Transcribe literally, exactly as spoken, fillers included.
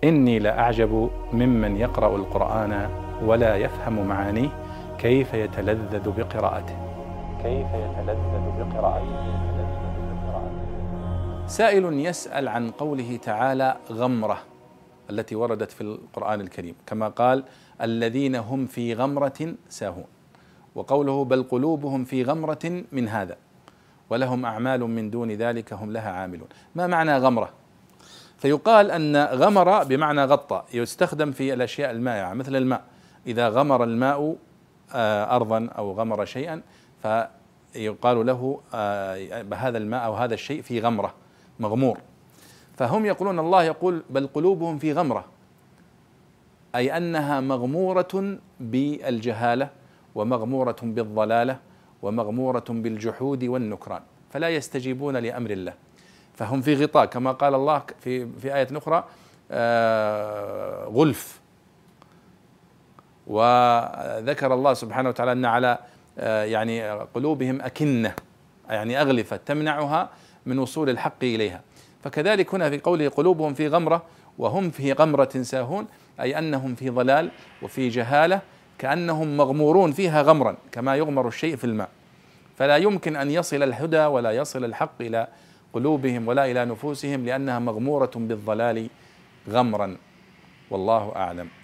إني لأعجب ممن يقرأ القرآن ولا يفهم معانيه كيف يتلذذ بقراءته كيف يتلذذ بقراءته سائل يسأل عن قوله تعالى غمرة التي وردت في القرآن الكريم، كما قال الذين هم في غمرة ساهون، وقوله بل قلوبهم في غمرة من هذا ولهم أعمال من دون ذلك هم لها عاملون. ما معنى غمرة؟ فيقال أن غمر بمعنى غطى، يستخدم في الأشياء المائعة مثل الماء، إذا غمر الماء أرضا أو غمر شيئا فيقال له هذا الماء أو هذا الشيء في غمرة مغمور. فهم يقولون الله يقول بل قلوبهم في غمرة، أي أنها مغمورة بالجهالة ومغمورة بالضلالة ومغمورة بالجحود والنكران، فلا يستجيبون لأمر الله، فهم في غطاء، كما قال الله في في آية أخرى آه غلف. وذكر الله سبحانه وتعالى أن على آه يعني قلوبهم أكنة، يعني أغلفة تمنعها من وصول الحق إليها. فكذلك هنا في قوله قلوبهم في غمرة وهم في غمرة ساهون، أي أنهم في ضلال وفي جهالة، كأنهم مغمورون فيها غمرا كما يغمر الشيء في الماء، فلا يمكن أن يصل الهدى ولا يصل الحق إلى قلوبهم ولا إلى نفوسهم، لأنها مغمورة بالضلال غمرا، والله أعلم.